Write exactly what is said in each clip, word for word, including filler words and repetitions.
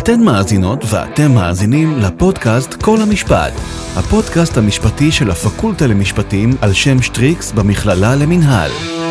אתן מאזינות ואתם מאזינים לפודקאסט כל המשפט, הפודקאסט המשפטי של הפקולטה למשפטים על שם שטריקס במכללה למנהל.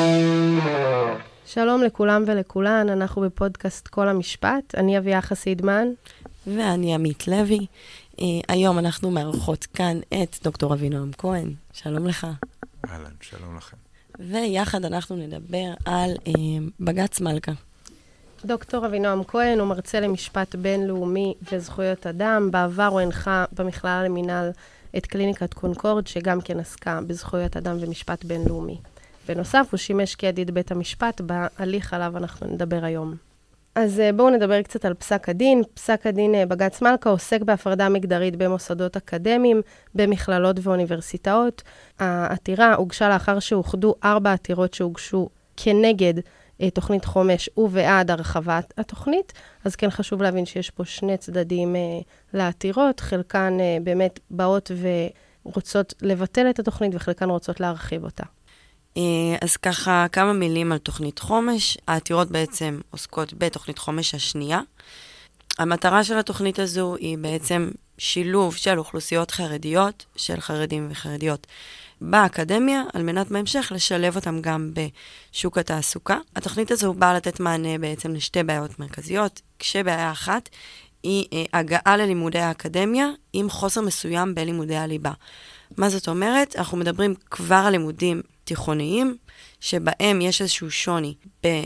שלום לכולם ולכולן, אנחנו בפודקאסט כל המשפט, אני אביה חסידמן. ואני עמית לוי. Uh, היום אנחנו מארחות כאן את דוקטור אבינועם כהן. שלום לך. אהלן, שלום לכם. ויחד אנחנו נדבר על uh, בג"ץ מלכה. דוקטור אבינועם כהן הוא מרצה למשפט בינלאומי וזכויות אדם. בעבר הוא הנחה במכללה למנהל את קליניקת קונקורד, שגם כן עסקה בזכויות אדם ומשפט בינלאומי. בנוסף, הוא שימש כידיד בית המשפט בהליך עליו אנחנו נדבר היום. אז בואו נדבר קצת על פסק הדין. פסק הדין בג"ץ מלכה עוסק בהפרדה מגדרית במוסדות אקדמיים, במכללות ואוניברסיטאות. העתירה הוגשה לאחר שהוחדו ארבע עתירות שהוגשו כנגד תוכנית חומש ובעד הרחבת התוכנית. אז כן חשוב להבין שיש פה שני צדדים לעתירות, חלקן באמת באות ורוצות לבטל את התוכנית וחלקן רוצות להרחיב אותה. אז ככה, כמה מילים על תוכנית חומש. העתירות בעצם עוסקות בתוכנית חומש השנייה. המטרה של התוכנית הזו היא בעצם שילוב של אוכלוסיות חרדיות, של חרדים וחרדיות באקדמיה, על מנת בהמשך לשלב אותם גם בשוק התעסוקה. התוכנית הזו באה לתת מענה בעצם לשתי בעיות מרכזיות, כשבעיה אחת היא הגעה ללימודי האקדמיה עם חוסר מסוים בלימודי הליבה. מה זאת אומרת? אנחנו מדברים כבר על לימודים תיכוניים, שבהם יש איזשהו שוני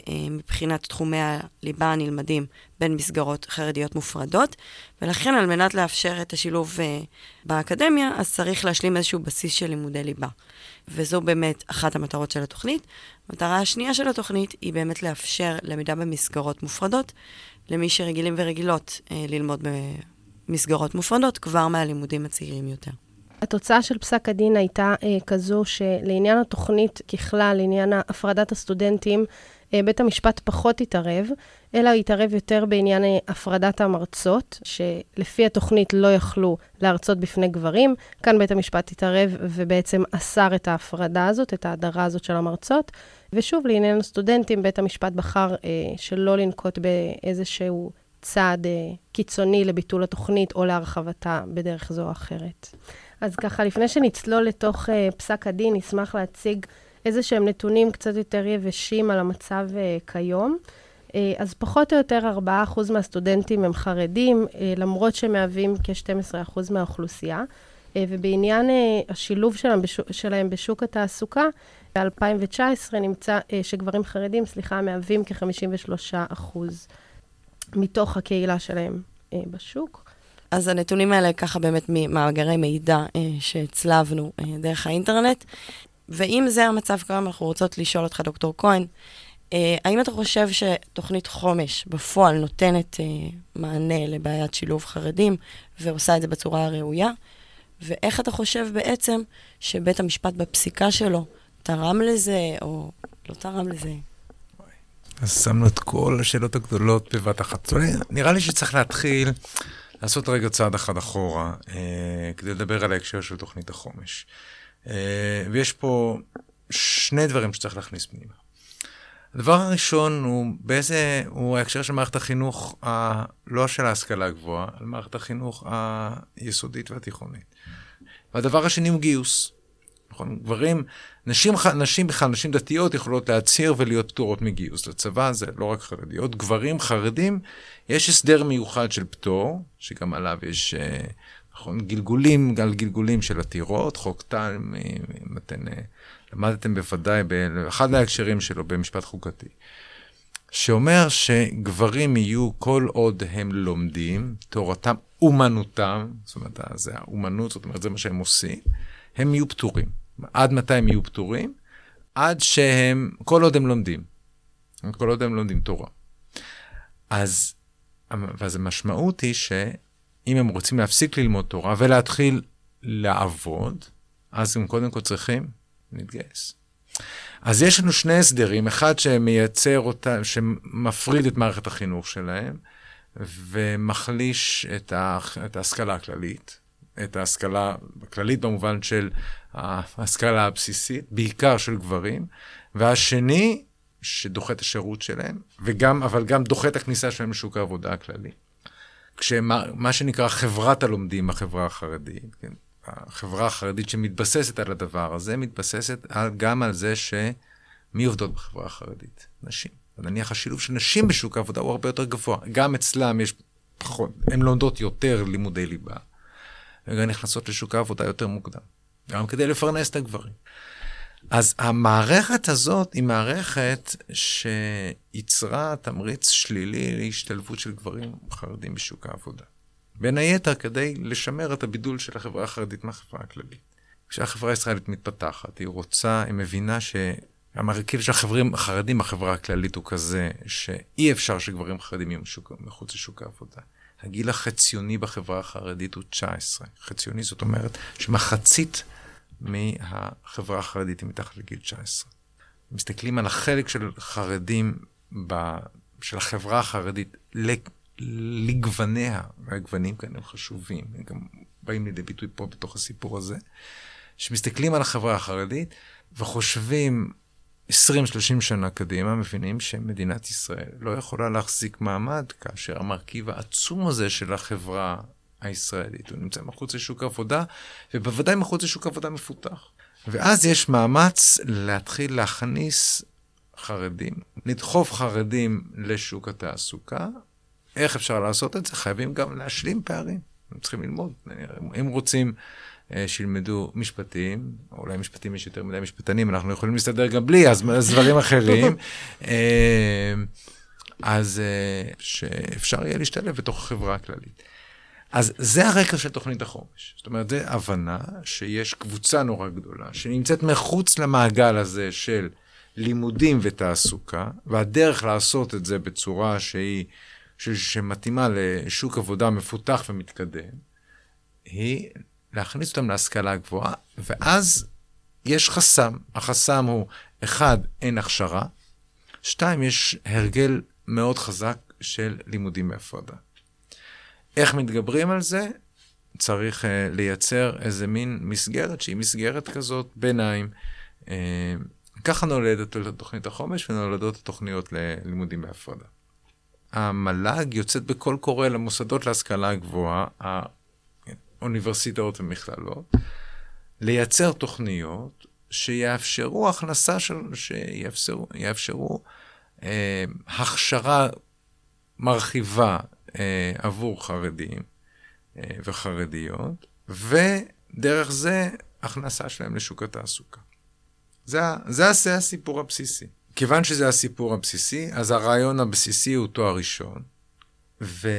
מבחינת תחומי הליבה הנלמדים בין מסגרות חרדיות מופרדות, ולכן על מנת לאפשר את השילוב באקדמיה, אז צריך להשלים איזשהו בסיס של לימודי ליבה. וזו באמת אחת המטרות של התוכנית. המטרה השנייה של התוכנית היא באמת לאפשר למידה במסגרות מופרדות, למי שרגילים ורגילות ללמוד במסגרות מופרדות, כבר מהלימודים הצעירים יותר. התוצאה של פסק הדין הייתה אה, כזו שלעניין התוכנית ככלל, לעניין הפרדת הסטודנטים, אה, בית המשפט פחות התערב, אלא התערב יותר בעניין אה, הפרדת המרצות, שלפי התוכנית לא יכלו להרצות בפני גברים. כאן בית המשפט התערב ובעצם אסר את ההפרדה הזאת, את ההדרה הזאת של המרצות. ושוב, לעניין הסטודנטים, בית המשפט בחר אה, שלא לנקוט באיזשהו צעד אה, קיצוני לביטול התוכנית או להרחבתה בדרך זו או אחרת. אז ככה, לפני שנצלול לתוך uh, פסק הדין, נשמח להציג איזה שהם נתונים קצת יותר יבשים על המצב uh, כיום. Uh, אז פחות או יותר ארבעה אחוז מהסטודנטים הם חרדים, uh, למרות שמהווים כ-שנים עשר אחוז מהאוכלוסייה. Uh, ובעניין uh, השילוב שלהם, בשוק, שלהם בשוק התעסוקה, ב-אלפיים תשע עשרה נמצא uh, שגברים חרדים, סליחה, מהווים כ-חמישים ושלושה אחוז מתוך הקהילה שלהם uh, בשוק. אז הנתונים האלה ככה באמת ממאגרי מידע אה, שהצלבנו אה, דרך האינטרנט. ואם זה המצב כיום, אנחנו רוצות לשאול אותך, דוקטור כהן, אה, האם אתה חושב שתוכנית חומש בפועל נותנת אה, מענה לבעיית שילוב חרדים, ועושה את זה בצורה הראויה? ואיך אתה חושב בעצם שבית המשפט בפסיקה שלו תרם לזה, או לא תרם לזה? אז שמנו את כל השאלות הגדולות בבת אחת. נראה לי שצריך להתחיל לעשות רגע צעד אחד אחורה, אה, כדי לדבר על ההקשר של תוכנית החומש. אה, ויש פה שני דברים שצריך להכניס פנימה. הדבר הראשון הוא באיזה, הוא ההקשר של מערכת החינוך, ה, לא של ההשכלה הגבוהה, על מערכת החינוך היסודית והתיכונית. והדבר השני הוא גיוס. נכון? גברים, נשים, נשים בכלל, נשים דתיות יכולות להצהיר ולהיות פטורות מגיוס. לצבא זה לא רק חרדיות, גברים חרדים, יש הסדר מיוחד של פטור, שגם עליו יש, נכון, גלגולים, גל גלגולים של עתירות, חוק טל, אם אתם למדתם בוודאי, באחד ההקשרים שלו במשפט חוקתי, שאומר שגברים יהיו כל עוד הם לומדים, תורתם אומנותם, זאת אומרת, זה האומנות, זאת אומרת, זה מה שהם עושים, הם יהיו פטורים. עד מתי הם יהיו פטורים? עד שהם, כל עוד הם לומדים. כל עוד הם לומדים תורה. אז, ואז המשמעות היא שאם הם רוצים להפסיק ללמוד תורה ולהתחיל לעבוד, אז הם קודם כל צריכים להתגייס. אז יש לנו שני הסדרים, אחד שמייצר אותה, שמפריד את מערכת החינוך שלהם, ומחליש את, ה, את ההשכלה הכללית, את ההשכלה הכללית במובן של ההשכלה הבסיסית, בעיקר של גברים, והשני שדוחה את השירות שלהם, וגם, אבל גם דוחה את הכניסה שלהם לשוק העבודה הכללי. כשמה שנקרא חברת הלומדים, החברה החרדית, כן? החברה החרדית שמתבססת על הדבר הזה, מתבססת על, גם על זה שמי עובדות בחברה החרדית? נשים. נניח השילוב של נשים בשוק העבודה הוא הרבה יותר גבוה. גם אצלם יש פחות, הן לומדות יותר לימודי ליבה, וגם נכנסות לשוק העבודה יותר מוקדם. גם כדי לפרנס את הגברים. אז המערכת הזאת היא מערכת שיצרה תמריץ שלילי להשתלבות של גברים חרדים בשוק העבודה. בין היתר כדי לשמר את הבידול של החברה החרדית מהחברה הכללית. כשהחברה הישראלית מתפתחת, היא רוצה, היא מבינה שהמרכיב של החברים החרדים בחברה הכללית הוא כזה, שאי אפשר שגברים חרדים יהיו מחוץ לשוק העבודה. הגיל החציוני בחברה החרדית הוא תשע עשרה. חציוני זאת אומרת שמחצית מהחברה החרדית היא מתחת לגיל תשע עשרה. מסתכלים על החלק של חרדים, ב, של החברה החרדית, לגווניה, והגוונים כאן הם חשובים, הם גם באים לידי ביטוי פה בתוך הסיפור הזה, שמסתכלים על החברה החרדית וחושבים עשרים שלושים שנה קדימה, מבינים שמדינת ישראל לא יכולה להחזיק מעמד, כאשר המרכיב העצום הזה של החברה הישראלית, הוא נמצא מחוץ לשוק העבודה, ובוודאי מחוץ לשוק עבודה מפותח. ואז יש מאמץ להתחיל להכניס חרדים, לדחוף חרדים לשוק התעסוקה. איך אפשר לעשות את זה? חייבים גם להשלים פערים. הם צריכים ללמוד. אם רוצים שילמדו משפטים, או אולי משפטים יש יותר מדי משפטנים, אנחנו יכולים להסתדר גם בלי, אז דברים אחרים. אז שאפשר יהיה להשתלב בתוך החברה הכללית. אז זה הרקע של תוכנית החומש. זאת אומרת, זה הבנה שיש קבוצה נורא גדולה, שנמצאת מחוץ למעגל הזה של לימודים ותעסוקה, והדרך לעשות את זה בצורה שהיא, שמתאימה לשוק עבודה מפותח ומתקדם, היא להכניס אותם להשכלה הגבוהה, ואז יש חסם. החסם הוא, אחד, אין הכשרה, שתיים, יש הרגל מאוד חזק של לימודים בהפרדה. איך מתגברים על זה? צריך uh, לייצר איזה מין מסגרת, שהיא מסגרת כזאת ביניים. Uh, ככה נולדת לתוכנית החומש, ונולדות התוכניות ללימודים בהפרדה. המל"ג יוצאת בכל קורא למוסדות להשכלה הגבוהה, האוניברסיטאות ומכללות, לייצר תוכניות שיאפשרו הכנסה של, שיאפשרו, יאפשרו uh, הכשרה מרחיבה, עבור חרדים וחרדיות, ודרך זה הכנסה שלהם לשוק התעסוקה. זה, זה, זה הסיפור הבסיסי. כיוון שזה הסיפור הבסיסי, אז הרעיון הבסיסי הוא תואר ראשון, ו...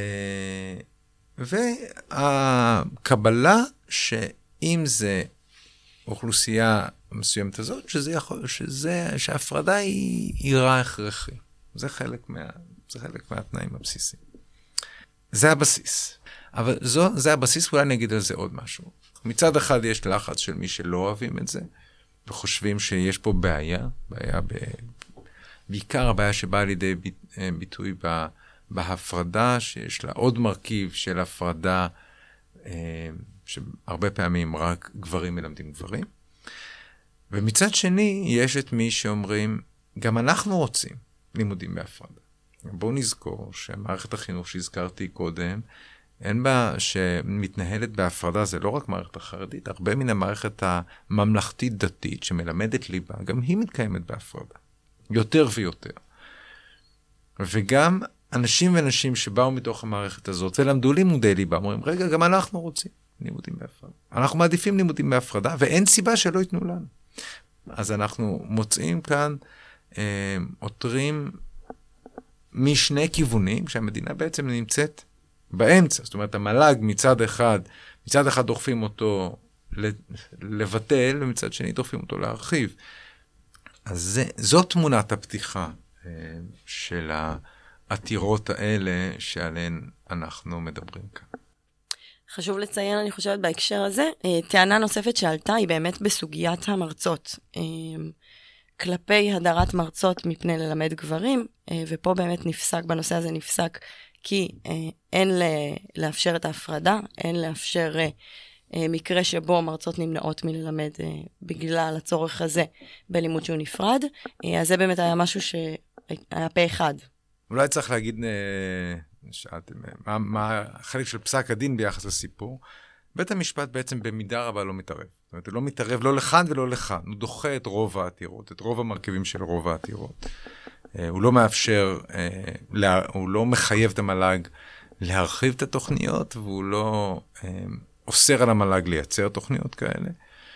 והקבלה שאם זה אוכלוסייה מסוימת הזאת, שזה יכול, שזה, שההפרדה היא, היא רע הכרחי. זה חלק מה, זה חלק מהתנאים הבסיסיים. זה הבסיס. אבל זו, זה הבסיס, אולי נגיד על זה עוד משהו. מצד אחד יש לחץ של מי שלא אוהבים את זה, וחושבים שיש פה בעיה, בעיה ב... בעיקר הבעיה שבאה לידי ביטוי בהפרדה, שיש לה עוד מרכיב של הפרדה, שהרבה פעמים רק גברים מלמדים גברים. ומצד שני, יש את מי שאומרים, גם אנחנו רוצים לימודים בהפרדה. בואו נזכור שמערכת החינוך שהזכרתי קודם, אין בה שמתנהלת בהפרדה, זה לא רק מערכת החרדית, הרבה מן המערכת הממלכתית-דתית שמלמדת ליבה, גם היא מתקיימת בהפרדה. יותר ויותר. וגם אנשים ונשים שבאו מתוך המערכת הזאת ולמדו לימודי ליבה, אומרים, רגע, גם אנחנו רוצים לימודים בהפרדה. אנחנו מעדיפים לימודים בהפרדה, ואין סיבה שלא ייתנו לנו. אז אנחנו מוצאים כאן, אה, עותרים משני כיוונים, שהמדינה בעצם נמצאת באמצע. זאת אומרת, המל"ג מצד אחד, מצד אחד דוחפים אותו לבטל, ומצד שני דוחפים אותו להרחיב. אז זה, זו תמונת הפתיחה אה, של העתירות האלה שעליהן אנחנו מדברים כאן. חשוב לציין, אני חושבת, בהקשר הזה, טענה נוספת שעלתה היא באמת בסוגיית המרצות. כלפי הדרת מרצות מפני ללמד גברים, ופה באמת נפסק, בנושא הזה נפסק, כי אין לאפשר את ההפרדה, אין לאפשר מקרה שבו מרצות נמנעות מללמד בגלל הצורך הזה בלימוד שהוא נפרד. אז זה באמת היה משהו שהיה פה אחד. אולי צריך להגיד שאלתם, מה, מה החלק של פסק הדין ביחס לסיפור? בית המשפט בעצם במידה רבה לא מתערב. זאת אומרת, הוא לא מתערב לא לכאן ולא לכאן. הוא דוחה את רוב העתירות, את רוב המרכיבים של רוב העתירות. הוא לא מאפשר, הוא לא מחייב את המל"ג להרחיב את התוכניות, והוא לא אוסר על המל"ג לייצר תוכניות כאלה.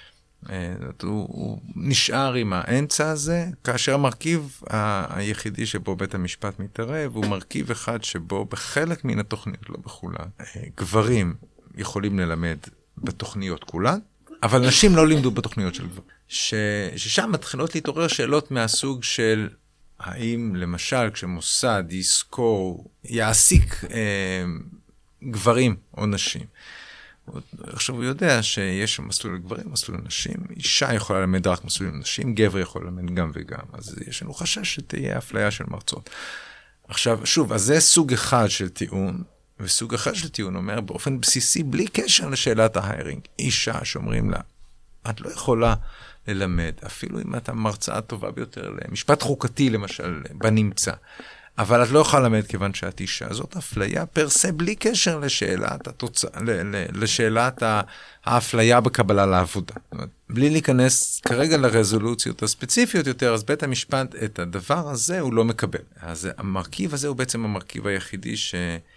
הוא, הוא נשאר עם האמצע הזה, כאשר המרכיב ה- היחידי שבו בית המשפט מתערב, הוא מרכיב אחד שבו בחלק מן התוכניות, לא בכולן, גברים יכולים ללמד בתוכניות כולן, אבל נשים לא לימדו בתוכניות של גברים. ש, ששם מתחילות להתעורר שאלות מהסוג של, האם למשל כשמוסד יזכור, יעסיק אה, גברים או נשים, עכשיו הוא יודע שיש מסלול לגברים, מסלול לנשים, אישה יכולה ללמד רק מסלול לנשים, גבר יכול ללמד גם וגם, אז יש לנו חשש שתהיה אפליה של מרצות. עכשיו, שוב, אז זה סוג אחד של טיעון, וסוג אחד של טיעון אומר באופן בסיסי, בלי קשר לשאלת ההיירינג, אישה שאומרים לה, את לא יכולה ללמד, אפילו אם אתה מרצאה טובה ביותר, למשפט חוקתי למשל, בנמצא, אבל את לא יכולה ללמד כיוון שאת אישה. זאת אפליה פרסה בלי קשר לשאלת התוצאה, לשאלת האפליה בקבלה לעבודה. בלי להיכנס כרגע לרזולוציות הספציפיות יותר, אז בית המשפט את הדבר הזה הוא לא מקבל. אז המרכיב הזה הוא בעצם המרכיב היחידי ש,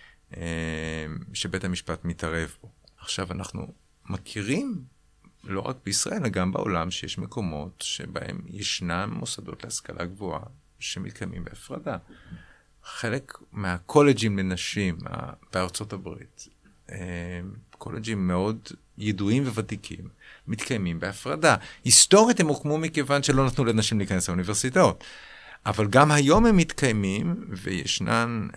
שבית המשפט מתערב בו. עכשיו אנחנו מכירים, לא רק בישראל, אלא גם בעולם, שיש מקומות שבהם ישנם מוסדות להשכלה גבוהה, שמתקיימים בהפרדה. חלק מהקולג'ים לנשים בארצות הברית, קולג'ים מאוד ידועים וותיקים, מתקיימים בהפרדה. היסטורית הם הוקמו מכיוון שלא נתנו לנשים להיכנס לאוניברסיטאות. אבל גם היום הם מתקיימים, וישנן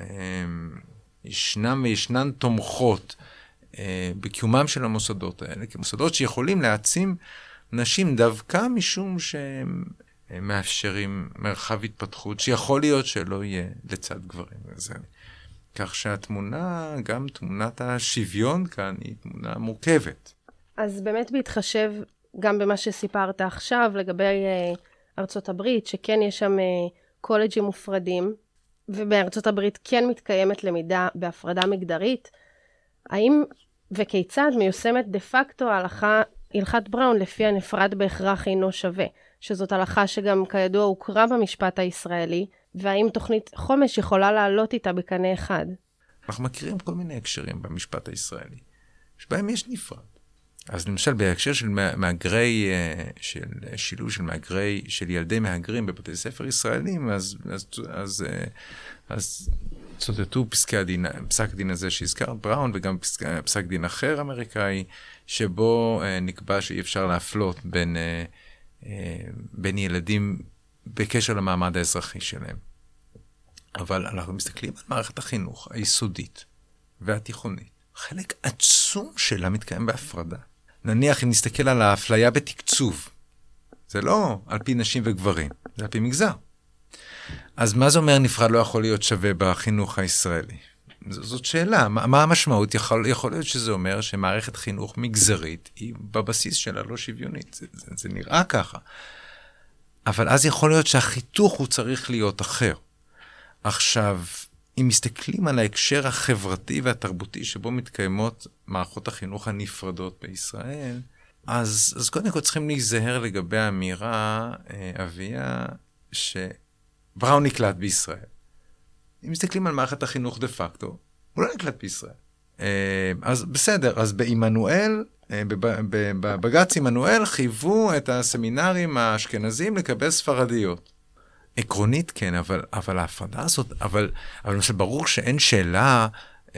ישנם וישנן תומכות בקיומם של המוסדות האלה, כמוסדות שיכולים להעצים נשים דווקא משום שהם מאפשרים מרחב התפתחות, שיכול להיות שלא יהיה לצד גברים. וזה. כך שהתמונה, גם תמונת השוויון כאן, היא תמונה מורכבת. אז באמת בהתחשב גם במה שסיפרת עכשיו, לגבי uh, ארצות הברית, שכן יש שם uh, קולג'ים מופרדים, ובארצות הברית כן מתקיימת למידה בהפרדה מגדרית, האם וכיצד מיושמת דה פקטו ההלכה, הלכת בראון, לפי הנפרד בהכרח אינו שווה? שזאת הלכה שגם כידוע הוכרה במשפט הישראלי, והאם תוכנית חומש יכולה לעלות איתה בקנה אחד? אנחנו מכירים כל מיני הקשרים במשפט הישראלי, שבהם יש נפרד. אז למשל בהקשר של מהגרי, של שילוב של מהגרי, של ילדי מהגרים בבתי ספר ישראלים, אז, אז, אז, אז צוטטו פסקי הדין, פסק דין הזה שהזכרת בראון, וגם פסק, פסק דין אחר אמריקאי, שבו נקבע שאי אפשר להפלות בין בין ילדים בקשר למעמד האזרחי שלהם. אבל אנחנו מסתכלים על מערכת החינוך היסודית והתיכונית. חלק עצום שלה מתקיים בהפרדה. נניח אם נסתכל על האפליה בתקצוב, זה לא על פי נשים וגברים, זה על פי מגזר. אז מה זה אומר נפרד לא יכול להיות שווה בחינוך הישראלי? זאת שאלה. מה, מה המשמעות? יכול, יכול להיות שזה אומר שמערכת חינוך מגזרית היא בבסיס שלה לא שוויונית. זה, זה, זה נראה ככה. אבל אז יכול להיות שהחיתוך הוא צריך להיות אחר. עכשיו, אם מסתכלים על ההקשר החברתי והתרבותי שבו מתקיימות מערכות החינוך הנפרדות בישראל, אז, אז קודם כל צריכים להיזהר לגבי האמירה, אביה, שבראון נקלט בישראל. אם מסתכלים על מערכת החינוך דה פקטו, הוא לא נקלט בישראל. אז בסדר, אז באימנואל, בבג"ץ אימנואל, חייבו את הסמינרים האשכנזים לקבל ספרדיות. עקרונית כן, אבל, אבל ההפרדה הזאת, אבל, אבל למשל ברור שאין שאלה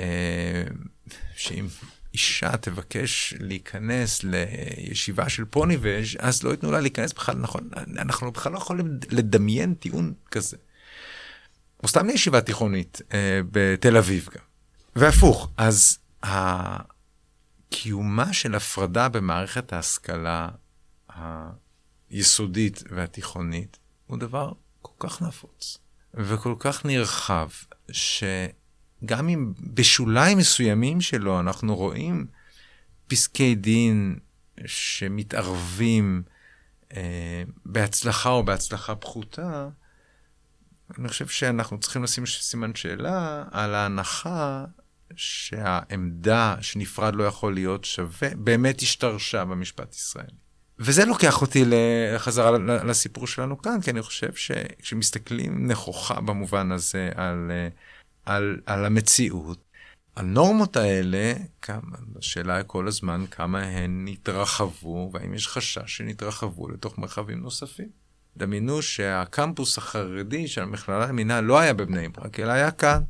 שאם אישה תבקש להיכנס לישיבה של פוניבז' אז לא ייתנו לה להיכנס בכלל, נכון, אנחנו בכלל לא יכולים לדמיין טיעון כזה. או סתם לישיבה תיכונית אה, בתל אביב גם. והפוך, אז הקיומה של הפרדה במערכת ההשכלה היסודית והתיכונית הוא דבר כל כך נפוץ וכל כך נרחב, שגם אם בשוליים מסוימים שלו אנחנו רואים פסקי דין שמתערבים אה, בהצלחה או בהצלחה פחותה, אני חושב שאנחנו צריכים לשים סימן שאלה על ההנחה שהעמדה שנפרד לא יכול להיות שווה, באמת השתרשה במשפט ישראלי. וזה לוקח אותי לחזרה לסיפור שלנו כאן, כי אני חושב שכשמסתכלים נכוחה במובן הזה על, על, על המציאות, הנורמות האלה, כמה, השאלה היא כל הזמן כמה הן נתרחבו, והאם יש חשש שנתרחבו לתוך מרחבים נוספים. דמיינו שהקמפוס החרדי של המכללה למינהל לא היה בבני ברק, אלא היה כאן.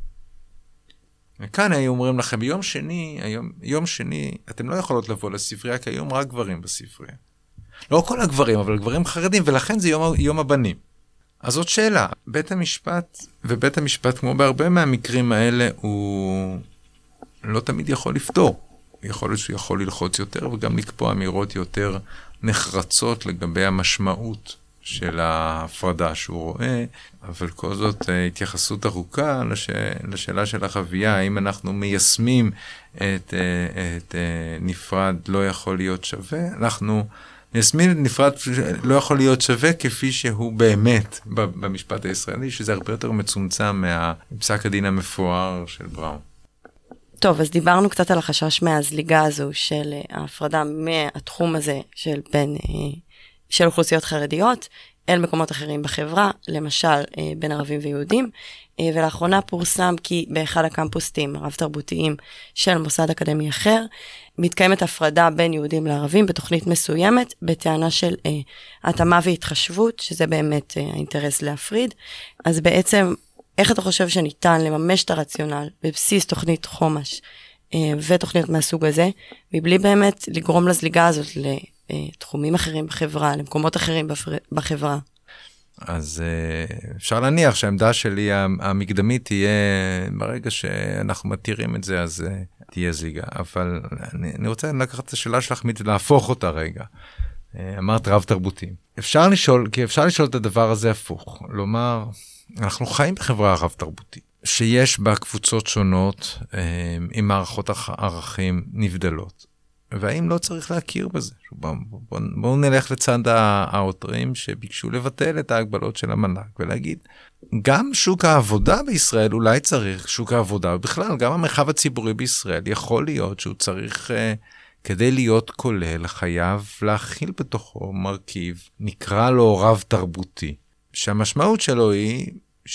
וכאן היו אומרים לכם, ביום שני, היום, יום שני, אתם לא יכולות לבוא לספרייה, כי היום רק גברים בספרייה. לא כל הגברים, אבל גברים חרדים, ולכן זה יום, יום הבנים. אז זאת שאלה. בית המשפט, ובית המשפט, כמו בהרבה מהמקרים האלה, הוא לא תמיד יכול לפתור. יכול להיות שהוא יכול ללחוץ יותר, וגם לקבוע אמירות יותר נחרצות לגבי המשמעות של ההפרדה שהוא רואה, אבל כל זאת התייחסות ארוכה לש... לשאלה של החוויה, האם אנחנו מיישמים את, את נפרד לא יכול להיות שווה, אנחנו מיישמים את נפרד לא יכול להיות שווה כפי שהוא באמת במשפט הישראלי, שזה הרבה יותר מצומצם מהפסק הדין המפואר של בראון. טוב, אז דיברנו קצת על החשש מהזליגה הזו של ההפרדה מהתחום הזה של בין... של אוכלוסיות חרדיות, אל מקומות אחרים בחברה, למשל בין ערבים ויהודים, ולאחרונה פורסם כי באחד הקמפוסטים רב תרבותיים של מוסד אקדמי אחר, מתקיימת הפרדה בין יהודים לערבים בתוכנית מסוימת, בטענה של התאמה והתחשבות, שזה באמת האינטרס להפריד. אז בעצם, איך אתה חושב שניתן לממש את הרציונל בבסיס תוכנית חומש ותוכניות מהסוג הזה, מבלי באמת לגרום לזליגה הזאת לתחומים אחרים בחברה, למקומות אחרים בחברה? אז אפשר להניח שהעמדה שלי המקדמית תהיה, ברגע שאנחנו מתירים את זה, אז תהיה זליגה. אבל אני, אני רוצה לקחת את השאלה שלך ולהפוך אותה רגע. אמרת רב תרבותיים. אפשר לשאול, כי אפשר לשאול את הדבר הזה הפוך. לומר, אנחנו חיים בחברה רב תרבותית, שיש בה קבוצות שונות עם מערכות ערכים נבדלות. והאם לא צריך להכיר בזה? בואו בוא, בוא נלך לצד העותרים שביקשו לבטל את ההגבלות של המל"ג, ולהגיד, גם שוק העבודה בישראל אולי צריך, שוק העבודה, ובכלל גם המרחב הציבורי בישראל יכול להיות שהוא צריך, כדי להיות כולל, חייב להכיל בתוכו מרכיב, נקרא לו רב תרבותי, שהמשמעות שלו היא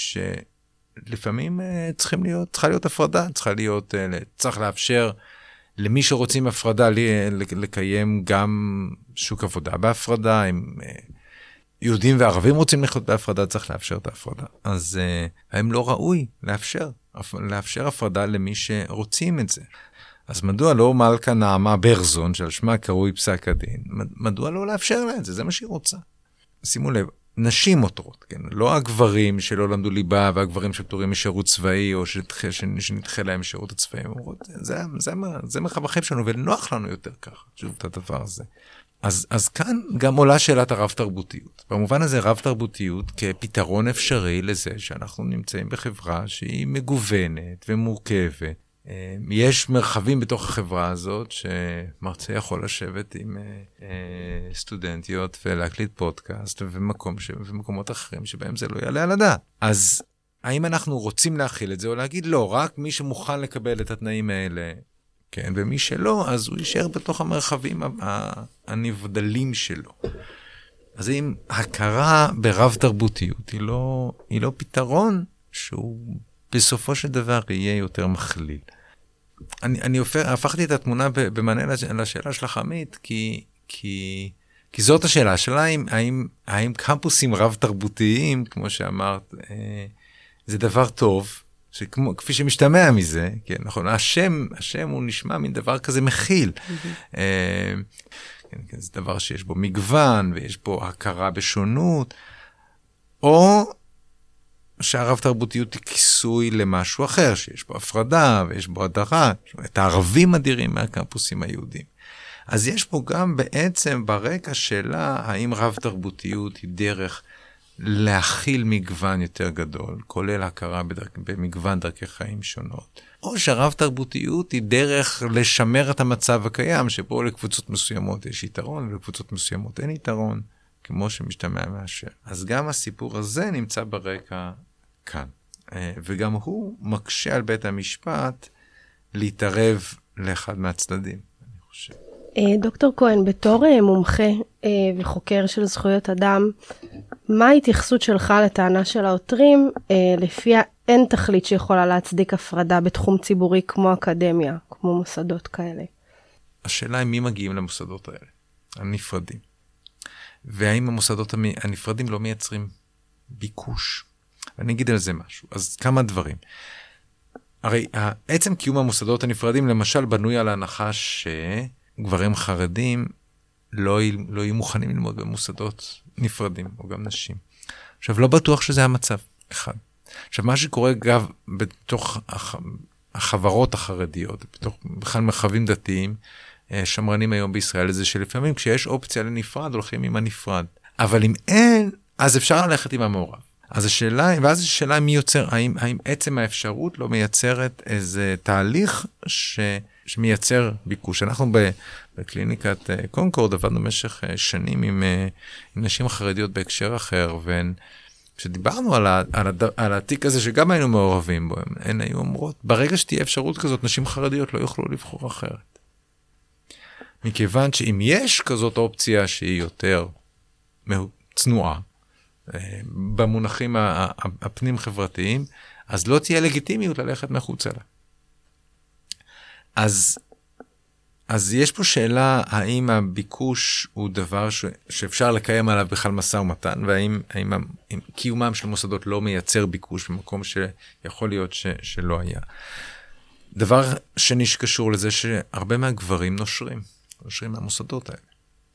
שלפעמים צריכים להיות, צריכה להיות הפרדה, צריכה להיות, צריך לאפשר למי שרוצים הפרדה, לקיים גם שוק עבודה בהפרדה, אם יהודים וערבים רוצים לחיות בהפרדה, צריך לאפשר את ההפרדה. אז הם לא ראוי לאפשר, לאפשר הפרדה למי שרוצים את זה. אז מדוע לא מלכה נעמה ברזון, שעל שמה קרוי פסק הדין, מדוע לא לאפשר לה את זה? זה מה שהיא רוצה. שימו לב, נשים עותרות, כן? לא הגברים שלא למדו ליבה, והגברים שפטורים משירות צבאי, או שנדחה להם שירות הצבאי, אומרות, זה, זה, זה מרחב החיים שלנו, ונוח לנו יותר ככה, שוב, את הדבר הזה. אז, אז כאן גם עולה שאלת הרב תרבותיות. במובן הזה רב תרבותיות כפתרון אפשרי לזה שאנחנו נמצאים בחברה שהיא מגוונת ומורכבת. יש מרחבים בתוך החברה הזאת שמרצה יכול לשבת עם סטודנטיות ולהקליט פודקאסט ומקום ש... ומקומות אחרים שבהם זה לא יעלה על הדעת. אז האם אנחנו רוצים להכיל את זה או להגיד לא, רק מי שמוכן לקבל את התנאים האלה, כן, ומי שלא, אז הוא יישאר בתוך המרחבים הנבדלים שלו. אז אם הכרה ברב תרבותיות היא לא, היא לא פתרון שהוא בסופו של דבר יהיה יותר מכליל. אני, אני הופך, הפכתי את התמונה במענה לשאלה שלך עמית, כי, כי, כי זאת השאלה, השאלה האם, האם, האם קמפוסים רב תרבותיים, כמו שאמרת, אה, זה דבר טוב, שכמו, כפי שמשתמע מזה, כן, נכון, השם, השם הוא נשמע מין דבר כזה מכיל. Mm-hmm. אה, כן, כן, זה דבר שיש בו מגוון, ויש בו הכרה בשונות, או שהרב תרבותיות היא כיסוי למשהו אחר, שיש בו הפרדה ויש בו הדרה, את הערבים מדירים מהקמפוסים היהודים. אז יש פה גם בעצם ברקע שאלה, האם רב תרבותיות היא דרך להכיל מגוון יותר גדול, כולל הכרה בדרכ... במגוון דרכי חיים שונות, או שהרב תרבותיות היא דרך לשמר את המצב הקיים, שבו לקבוצות מסוימות יש יתרון, ולקבוצות מסוימות אין יתרון, כמו שמשתמע מהשם. אז גם הסיפור הזה נמצא ברקע כאן. וגם הוא מקשה על בית המשפט להתערב לאחד מהצדדים, אני חושב. דוקטור כהן, בתור מומחה וחוקר של זכויות אדם, מה ההתייחסות שלך לטענה של העותרים, לפיה אין תכלית שיכולה להצדיק הפרדה בתחום ציבורי כמו אקדמיה, כמו מוסדות כאלה? השאלה היא מי מגיעים למוסדות האלה, הנפרדים. והאם המוסדות הנפרדים לא מייצרים ביקוש. ואני אגיד על זה משהו. אז כמה דברים. הרי עצם קיום המוסדות הנפרדים, למשל, בנוי על ההנחה שגברים חרדים לא, לא יהיו מוכנים ללמוד במוסדות נפרדים, או גם נשים. עכשיו, לא בטוח שזה המצב, אחד. עכשיו, מה שקורה גם בתוך הח... החברות החרדיות, בתוך בכלל מרחבים דתיים, שמרנים היום בישראל, זה שלפעמים כשיש אופציה לנפרד, הולכים עם הנפרד. אבל אם אין, אז אפשר ללכת עם המעורב. אז השאלה, ואז השאלה מי יוצר, האם, האם עצם האפשרות לא מייצרת איזה תהליך ש, שמייצר ביקוש. אנחנו בקליניקת קונקורד עבדנו במשך שנים עם, עם נשים חרדיות בהקשר אחר, וכשדיברנו על, ה, על, הד, על התיק הזה שגם היינו מעורבים בו, הן היו אומרות, ברגע שתהיה אפשרות כזאת, נשים חרדיות לא יוכלו לבחור אחרת. מכיוון שאם יש כזאת אופציה שהיא יותר צנועה, במונחים הפנים חברתיים, אז לא תהיה לגיטימיות ללכת מחוצה לה. אז, אז יש פה שאלה, האם הביקוש הוא דבר ש, שאפשר לקיים עליו בכלל משא ומתן, והאם האם, האם קיומם של מוסדות לא מייצר ביקוש במקום שיכול להיות ש, שלא היה. דבר שני שקשור לזה שהרבה מהגברים נושרים, נושרים מהמוסדות האלה.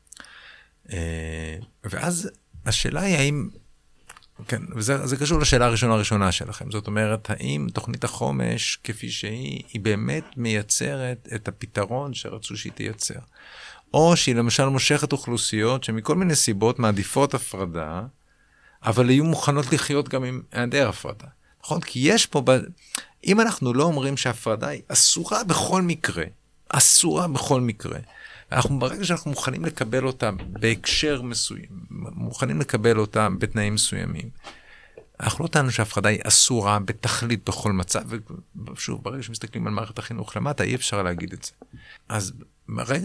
ואז השאלה היא האם, כן, וזה זה קשור לשאלה הראשונה הראשונה שלכם, זאת אומרת, האם תוכנית החומש כפי שהיא, היא באמת מייצרת את הפתרון שרצו שהיא תייצר. או שהיא למשל מושכת אוכלוסיות שמכל מיני סיבות מעדיפות הפרדה, אבל יהיו מוכנות לחיות גם עם היעדר הפרדה. נכון? כי יש פה, ב... אם אנחנו לא אומרים שהפרדה היא אסורה בכל מקרה, אסורה בכל מקרה, אנחנו ברגע שאנחנו מוכנים לקבל אותה בהקשר מסוים, מוכנים לקבל אותה בתנאים מסוימים. אנחנו לא טענו שההפרדה היא אסורה בתכלית בכל מצב, ושוב, ברגע שמסתכלים על מערכת החינוך למטה, אי אפשר להגיד את זה. אז ברגע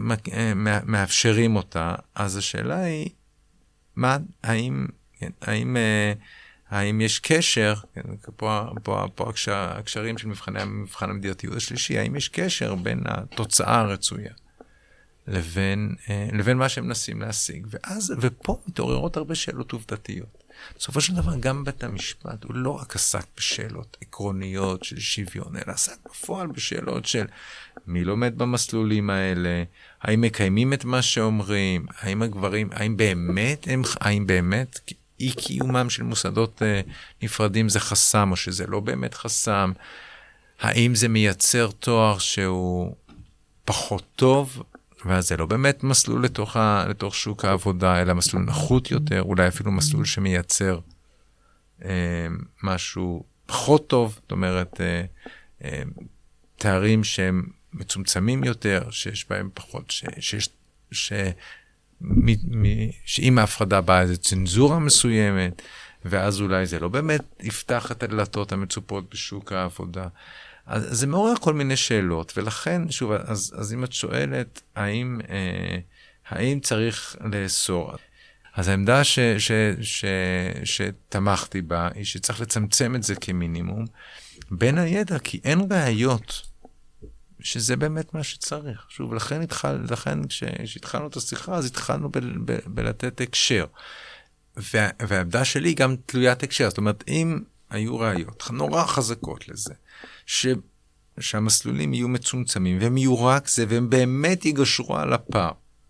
שמאפשרים אותה, אז השאלה היא, מה, האם, כן, האם, האם יש קשר, כן, פה, פה, פה הקשרים של מבחני, מבחן המדידתיות השלישי, האם יש קשר בין התוצאה הרצויה לבין, לבין מה שהם מנסים להשיג. ואז, ופה מתעוררות הרבה שאלות עובדתיות. בסופו של דבר, גם בית המשפט הוא לא רק עסק בשאלות עקרוניות של שוויון, אלא עסק בפועל בשאלות של מי לומד במסלולים האלה, האם מקיימים את מה שאומרים, האם הגברים, האם באמת, הם, האם באמת אי קיומם של מוסדות נפרדים זה חסם, או שזה לא באמת חסם, האם זה מייצר תואר שהוא פחות טוב, ואז זה לא באמת מסלול לתוך, ה, לתוך שוק העבודה, אלא מסלול נחות יותר, אולי אפילו מסלול שמייצר אה, משהו פחות טוב, זאת אומרת, אה, אה, תארים שהם מצומצמים יותר, שיש בהם פחות, ש, שיש, ש, מ, מ, שאם ההפרדה באה איזו צנזורה מסוימת, ואז אולי זה לא באמת יפתח את הדלתות המצופות בשוק העבודה. אז זה מעורר כל מיני שאלות, ולכן, שוב, אז, אז אם את שואלת, האם, אה, האם צריך לאסור? אז העמדה ש, ש, ש, שתמכתי בה, היא שצריך לצמצם את זה כמינימום, בין הידע, כי אין ראיות שזה באמת מה שצריך. שוב, לכן, התחל, לכן כשהתחלנו את השיחה, אז התחלנו ב, ב, בלתת הקשר. וה, והעמדה שלי היא גם תלוית הקשר, זאת אומרת, אם היו ראיות נורא חזקות לזה, ש... שהמסלולים יהיו מצומצמים, והם יהיו רק זה, והם באמת יגשרו על הפער.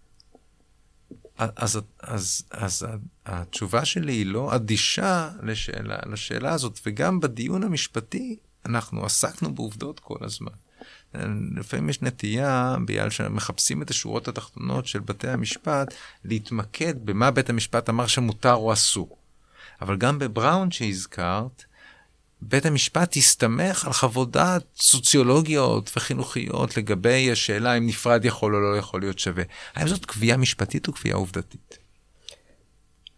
אז, אז, אז התשובה שלי היא לא אדישה לשאלה, לשאלה הזאת, וגם בדיון המשפטי אנחנו עסקנו בעובדות כל הזמן. לפעמים יש נטייה, בגלל שמחפשים את השורות התחתונות של בתי המשפט, להתמקד במה בית המשפט אמר שמותר או אסור. אבל גם בבראון שהזכרת, בית המשפט יסתמך על חוות דעת סוציולוגיות וחינוכיות לגבי השאלה אם נפרד יכול או לא יכול להיות שווה. האם זאת קביעה משפטית או קביעה עובדתית?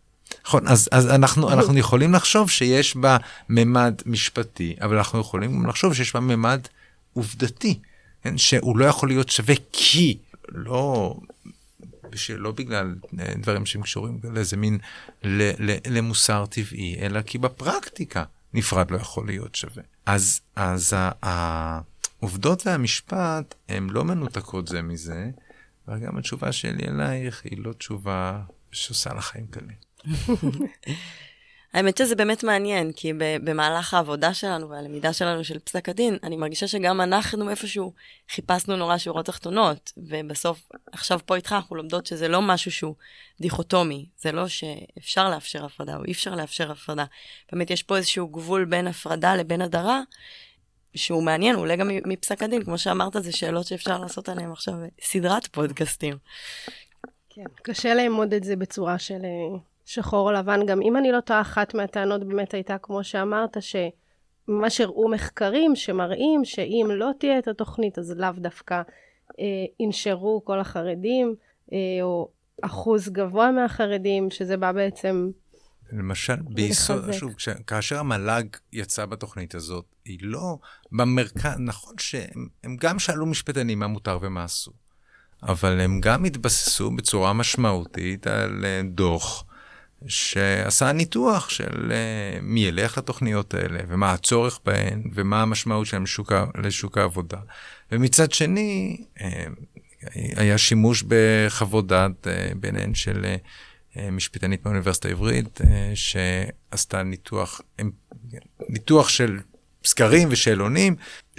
נכון, אז, אז אנחנו, אנחנו יכולים לחשוב שיש בה ממד משפטי, אבל אנחנו יכולים לחשוב שיש בה ממד עובדתי, כן? שהוא לא יכול להיות שווה כי, לא, לא בגלל דברים שהם קשורים לאיזה מין ל, ל, למוסר טבעי, אלא כי בפרקטיקה נפרד לא יכול להיות שווה. אז, אז העובדות והמשפט הם לא מנותקות זה מזה, וגם התשובה שלי אלייך היא לא תשובה שעושה לחיים קלים. האמת שזה באמת מעניין, כי במהלך העבודה שלנו והלמידה שלנו של פסק הדין, אני מרגישה שגם אנחנו איפשהו חיפשנו נורא שורות תחתונות, ובסוף, עכשיו פה איתך, אנחנו לומדות שזה לא משהו שהוא דיכוטומי, זה לא שאפשר לאפשר הפרדה, או אי אפשר לאפשר הפרדה. באמת יש פה איזשהו גבול בין הפרדה לבין הדרה, שהוא מעניין, הוא עולה גם מפסק הדין, כמו שאמרת, זה שאלות שאפשר לעשות עליהן עכשיו סדרת פודקאסטים. כן, קשה לאמוד את זה בצורה של שחור או לבן. גם אם אני לא טועה, אחת מהטענות באמת הייתה, כמו שאמרת, שממש הראו מחקרים שמראים שאם לא תהיה את התוכנית, אז לאו דווקא אה, ינשרו כל החרדים, אה, או אחוז גבוה מהחרדים, שזה בא בעצם למשל, ביסוד, שוב, כאשר המל"ג יצא בתוכנית הזאת, היא לא במרכז, נכון שהם גם שאלו משפטנים מה מותר ומה אסור, אבל הם גם התבססו בצורה משמעותית על דוח שעשה ניתוח של מי ילך לתוכניות האלה, ומה הצורך בהן, ומה המשמעות שלהם לשוק, לשוק העבודה. ומצד שני, היה שימוש בחוות דעת ביניהן של משפטנית באוניברסיטה העברית, שעשתה ניתוח, ניתוח של סקרים ושאלונים,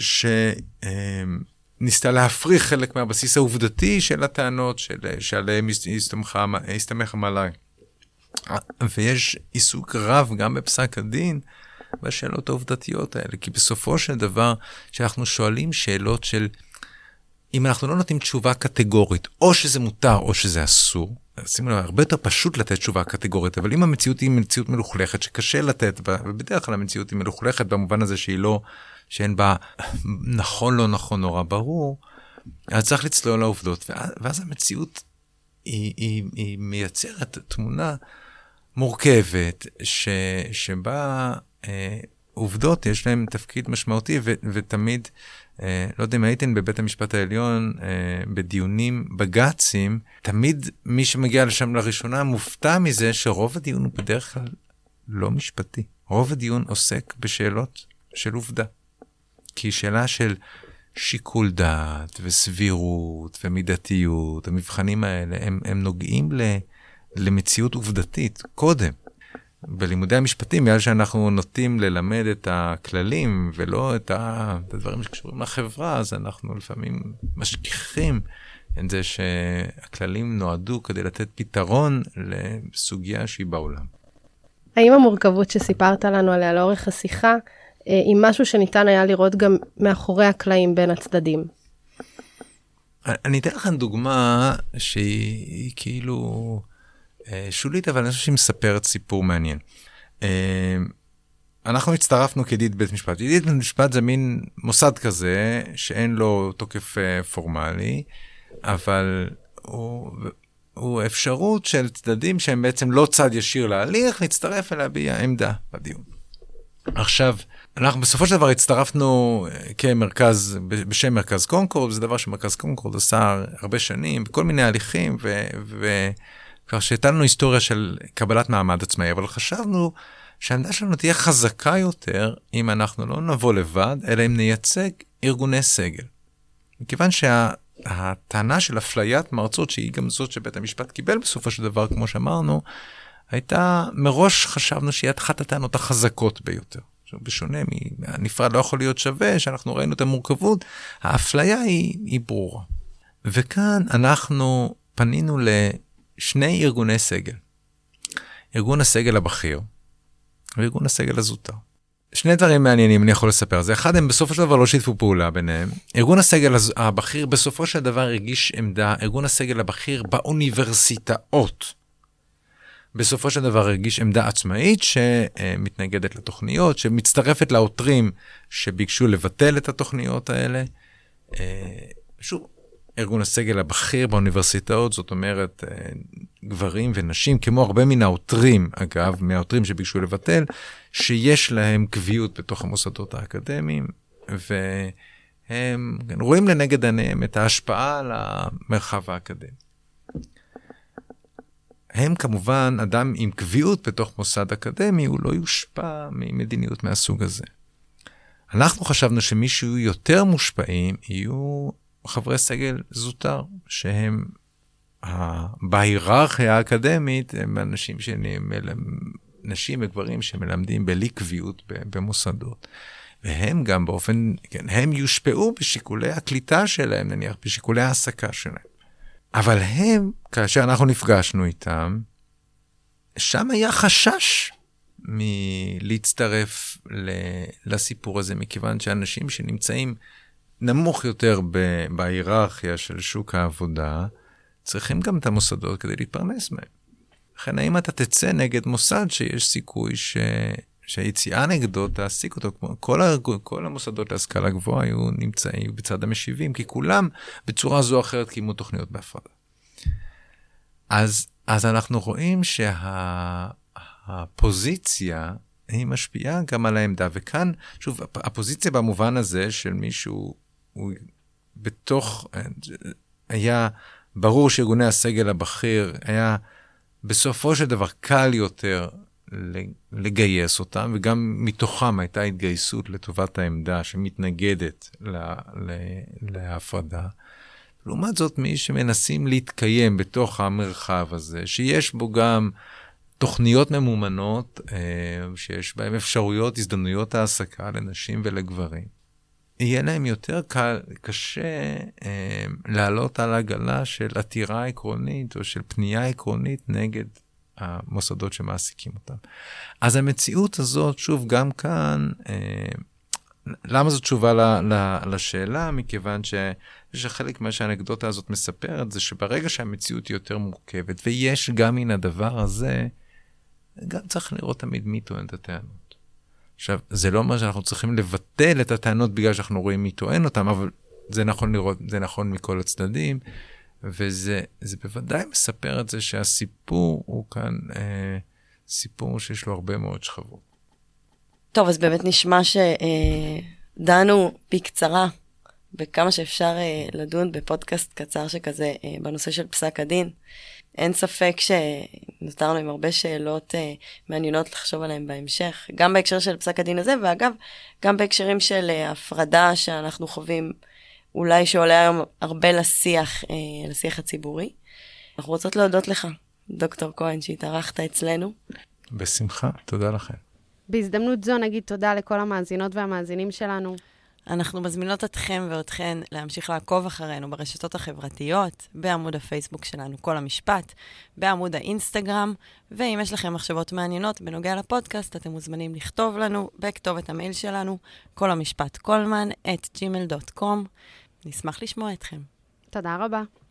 שניסתה להפריך חלק מהבסיס העובדתי של הטענות, שעליהם הסתמך המל"ג. ויש עיסוק רב גם בפסק הדין, בשאלות העובדתיות האלה, כי בסופו של דבר, שאנחנו שואלים שאלות של, אם אנחנו לא נותנים תשובה קטגורית, או שזה מותר או שזה אסור, שימו לב, הרבה יותר פשוט לתת תשובה קטגורית, אבל אם המציאות היא מציאות מלוכלכת, שקשה לתת בה, ובדרך כלל המציאות היא מלוכלכת, במובן הזה שהיא לא, שאין בה נכון, לא נכון, נורא ברור, אז צריך לצלול לעובדות, ואז המציאות היא, היא, היא מייצרת תמונה מורכבת, ש, שבה אה, עובדות יש להם תפקיד משמעותי, ו, ותמיד, אה, לא יודע אם הייתם בבית המשפט העליון, אה, בדיונים בג"צים, תמיד מי שמגיע לשם לראשונה מופתע מזה שרוב הדיון הוא בדרך כלל לא משפטי. רוב הדיון עוסק בשאלות של עובדה. כי שאלה של שיקול דעת וסבירות ומידתיות, המבחנים האלה, הם, הם נוגעים ל, למציאות עובדתית קודם. בלימודי המשפטים, בגלל שאנחנו נוטים ללמד את הכללים ולא את, ה, את הדברים שקשורים לחברה, אז אנחנו לפעמים משכיחים את זה שהכללים נועדו כדי לתת פתרון לסוגיה שהיא בעולם. האם המורכבות שסיפרת לנו עליה לאורך השיחה, היא משהו שניתן היה לראות גם מאחורי הקלעים בין הצדדים? אני אתן לכם דוגמה שהיא כאילו שולית, אבל אני חושב שהיא מספרת סיפור מעניין. אנחנו הצטרפנו כידיד בית משפט. ידיד בית משפט זה מין מוסד כזה, שאין לו תוקף פורמלי, אבל הוא, הוא אפשרות של צדדים שהם בעצם לא צד ישיר להליך, להצטרף ולהביע עמדה בדיון. עכשיו, אנחנו בסופו של דבר הצטרפנו כמרכז, בשם מרכז קונקורד, זה דבר שמרכז קונקורד עשה הרבה שנים, בכל מיני הליכים, וכך שהייתה לנו היסטוריה של קבלת מעמד עצמאי, אבל חשבנו שהעמדה שלנו תהיה חזקה יותר, אם אנחנו לא נבוא לבד, אלא אם נייצג ארגוני סגל. מכיוון שהטענה של אפליית מרצות, שהיא גם זאת שבית המשפט קיבל בסופו של דבר, כמו שאמרנו, הייתה, מראש חשבנו שהיא אחת הטענות החזקות ביותר. בשונה מהנפרד לא יכול להיות שווה, שאנחנו ראינו את המורכבות, האפליה היא, היא ברורה. וכאן אנחנו פנינו לשני ארגוני סגל. ארגון הסגל הבכיר, וארגון הסגל הזוטר. שני דברים מעניינים אני יכול לספר. זה אחד, הם בסופו של דבר לא שיתפו פעולה ביניהם. ארגון הסגל הבכיר בסופו של דבר הרגיש עמדה, ארגון הסגל הבכיר באוניברסיטאות, בסופו של דבר הרגיש עמדה עצמאית שמתנגדת לתוכניות, שמצטרפת לעותרים שביקשו לבטל את התוכניות האלה. שוב, ארגון הסגל הבכיר באוניברסיטאות, זאת אומרת, גברים ונשים, כמו הרבה מן העותרים, אגב, מהעותרים שביקשו לבטל, שיש להם קביעות בתוך המוסדות האקדמיים, והם רואים לנגד עיניהם את ההשפעה על המרחב האקדמי. הם כמובן, אדם עם קביעות בתוך מוסד אקדמי, הוא לא יושפע ממדיניות מהסוג הזה. אנחנו חשבנו שמי שיהיו יותר מושפעים, יהיו חברי סגל זוטר, שהם בהיררכיה האקדמית, הם אנשים שמלמדים, נשים וגברים שמלמדים בלי קביעות במוסדות. והם גם באופן, כן, הם יושפעו בשיקולי הקליטה שלהם, נניח, בשיקולי העסקה שלהם. אבל הם, כאשר אנחנו נפגשנו איתם, שם היה חשש מלהצטרף לסיפור הזה, מכיוון שאנשים שנמצאים נמוך יותר בהיררכיה של שוק העבודה, צריכים גם את המוסדות כדי להתפרנס מהם. לכן, האם אתה תצא נגד מוסד שיש סיכוי ש... שהיציאה נגדו תעסיק אותו, כמו כל, כל המוסדות להשכלה גבוהה היו נמצאים בצד המשיבים, כי כולם בצורה זו או אחרת קיימו תוכניות בהפרדה. אז, אז אנחנו רואים שהפוזיציה היא משפיעה גם על העמדה, וכאן, שוב, הפוזיציה במובן הזה של מישהו, הוא בתוך, היה ברור שארגוני הסגל הבכיר, היה בסופו של דבר קל יותר לגייס אותם, וגם מתוכם הייתה התגייסות לטובת העמדה שמתנגדת לה, להפרדה. לעומת זאת, מי שמנסים להתקיים בתוך המרחב הזה, שיש בו גם תוכניות ממומנות, שיש בהם אפשרויות, הזדמנויות העסקה לנשים ולגברים, יהיה להם יותר קל, קשה אה, לעלות על הגלה של עתירה עקרונית, או של פנייה עקרונית נגד המוסדות שמעסיקים אותם. אז המציאות הזאת, שוב, גם כאן, אה, למה זו תשובה ל, ל, לשאלה? מכיוון ש, שחלק מה שהאנקדוטה הזאת מספרת, זה שברגע שהמציאות היא יותר מורכבת, ויש גם מן הדבר הזה, גם צריך לראות תמיד מי טוען את הטענות. עכשיו, זה לא מה שאנחנו צריכים לבטל את הטענות בגלל שאנחנו רואים מי טוען אותם, אבל זה נכון לראות, זה נכון מכל הצדדים, וזה זה בוודאי מספר את זה שהסיפור הוא כאן אה, סיפור שיש לו הרבה מאוד שכבות. טוב, אז באמת נשמע שדנו אה, בקצרה, בכמה שאפשר אה, לדון בפודקאסט קצר שכזה אה, בנושא של פסק הדין. אין ספק שנותרנו עם הרבה שאלות אה, מעניינות לחשוב עליהן בהמשך, גם בהקשר של פסק הדין הזה, ואגב, גם בהקשרים של אה, הפרדה שאנחנו חווים, אולי שעולה היום הרבה לשיח, אה, לשיח הציבורי. אנחנו רוצות להודות לך, דוקטור כהן, שהתארחת אצלנו. בשמחה, תודה לכם. בהזדמנות זו נגיד תודה לכל המאזינות והמאזינים שלנו. אנחנו מזמינות אתכם ואתכן להמשיך לעקוב אחרינו ברשתות החברתיות, בעמוד הפייסבוק שלנו, כל המשפט, בעמוד האינסטגרם, ואם יש לכם מחשבות מעניינות בנוגע לפודקאסט, אתם מוזמנים לכתוב לנו בכתובת המייל שלנו, כל המשפט קולמן, את ג'ימייל דוט קום. נשמח לשמוע אתכם. תודה רבה.